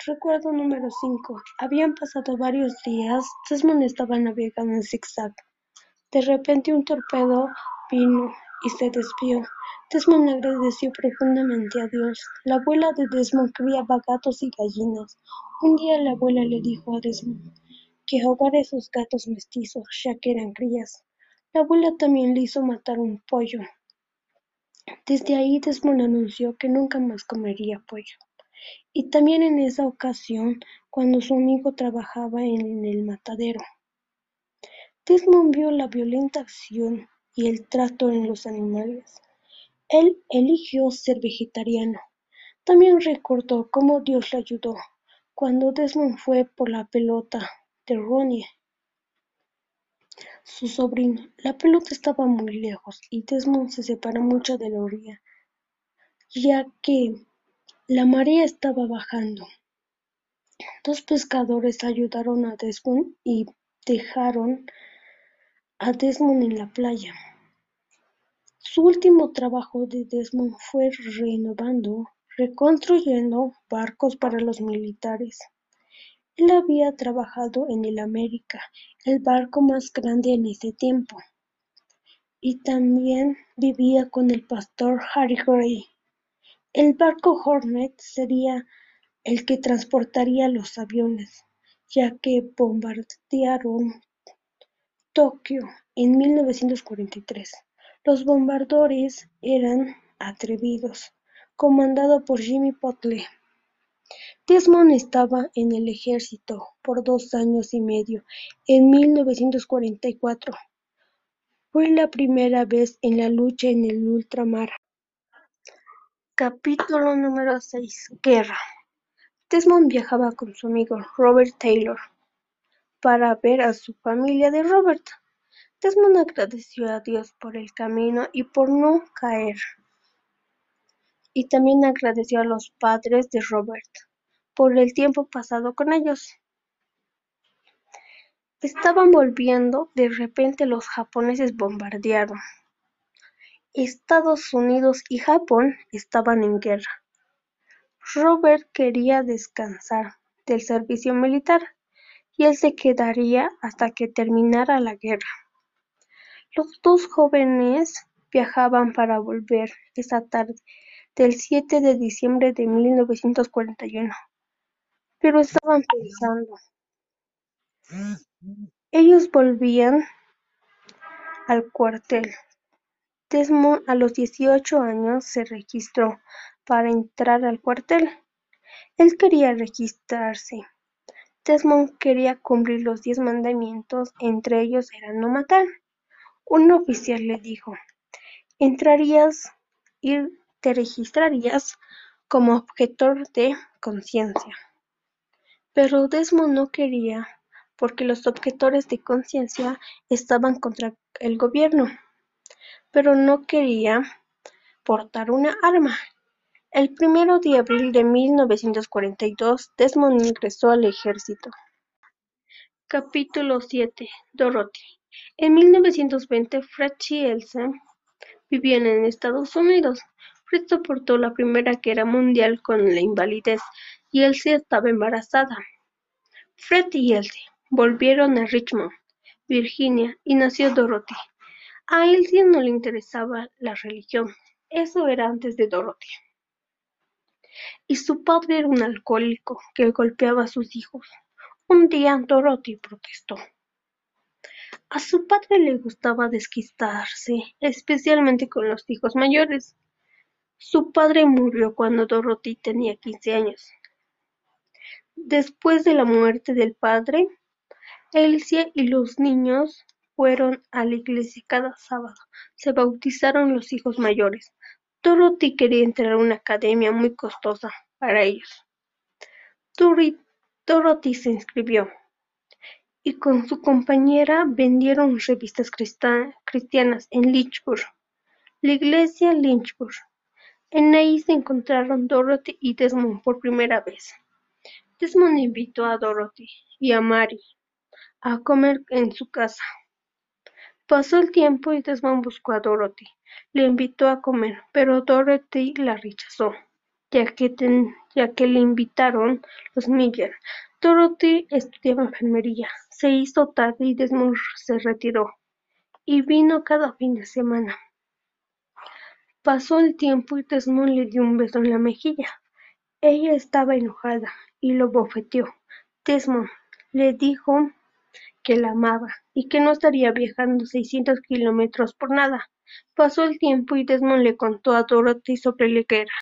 Recuerdo número 5. Habían pasado varios días. Desmond estaba navegando en zigzag. De repente un torpedo vino y se desvió. Desmond agradeció profundamente a Dios. La abuela de Desmond criaba gatos y gallinas. Un día la abuela le dijo a Desmond que ahogara esos gatos mestizos, ya que eran crías. La abuela también le hizo matar un pollo. Desde ahí Desmond anunció que nunca más comería pollo. Y también en esa ocasión, cuando su amigo trabajaba en el matadero. Desmond vio la violenta acción y el trato en los animales. Él eligió ser vegetariano. También recordó cómo Dios le ayudó cuando Desmond fue por la pelota de Ronnie, su sobrino. La pelota estaba muy lejos y Desmond se separó mucho de la orilla, ya que la marea estaba bajando. Dos pescadores ayudaron a Desmond y dejaron a Desmond en la playa. Su último trabajo de Desmond fue reconstruyendo barcos para los militares. Él había trabajado en el América, el barco más grande en ese tiempo, y también vivía con el pastor Harry Gray. El barco Hornet sería el que transportaría los aviones, ya que bombardearon Tokio en 1943. Los bombardadores eran atrevidos, comandado por Jimmy Potle. Desmond estaba en el ejército por 2 años y medio. En 1944 fue la primera vez en la lucha en el ultramar. Capítulo número 6. Guerra. Desmond viajaba con su amigo Robert Taylor para ver a su familia de Robert. Desmond agradeció a Dios por el camino y por no caer. Y también agradeció a los padres de Robert por el tiempo pasado con ellos. Estaban volviendo, de repente los japoneses bombardearon. Estados Unidos y Japón estaban en guerra. Robert quería descansar del servicio militar y él se quedaría hasta que terminara la guerra. Los dos jóvenes viajaban para volver esa tarde del 7 de diciembre de 1941, pero estaban pensando. Ellos volvían al cuartel. Desmond a los 18 años se registró para entrar al cuartel. Él quería registrarse. Desmond quería cumplir los 10 mandamientos, entre ellos era no matar. Un oficial le dijo, entrarías y te registrarías como objetor de conciencia. Pero Desmond no quería, porque los objetores de conciencia estaban contra el gobierno, pero no quería portar una arma. El 1 de abril de 1942, Desmond ingresó al ejército. Capítulo 7. Dorothy. En 1920, Fred y Elsa vivían en Estados Unidos. Fred soportó la Primera Guerra Mundial con la invalidez y Elsie estaba embarazada. Fred y Elsie volvieron a Richmond, Virginia, y nació Dorothy. A Elsie no le interesaba la religión, eso era antes de Dorothy. Y su padre era un alcohólico que golpeaba a sus hijos. Un día Dorothy protestó. A su padre le gustaba desquitarse, especialmente con los hijos mayores. Su padre murió cuando Dorothy tenía 15 años. Después de la muerte del padre, Elsie y los niños fueron a la iglesia cada sábado. Se bautizaron los hijos mayores. Dorothy quería entrar a una academia muy costosa para ellos. Dorothy se inscribió y con su compañera vendieron revistas cristianas en Lynchburg, la iglesia Lynchburg. En ahí se encontraron Dorothy y Desmond por primera vez. Desmond invitó a Dorothy y a Mary a comer en su casa. Pasó el tiempo y Desmond buscó a Dorothy. Le invitó a comer, pero Dorothy la rechazó. ya que le invitaron los Miller. Dorothy estudiaba enfermería. Se hizo tarde y Desmond se retiró, y vino cada fin de semana. Pasó el tiempo y Desmond le dio un beso en la mejilla. Ella estaba enojada y lo bofeteó. Desmond le dijo que la amaba y que no estaría viajando 600 kilómetros por nada. Pasó el tiempo y Desmond le contó a Dorothy sobre la guerra.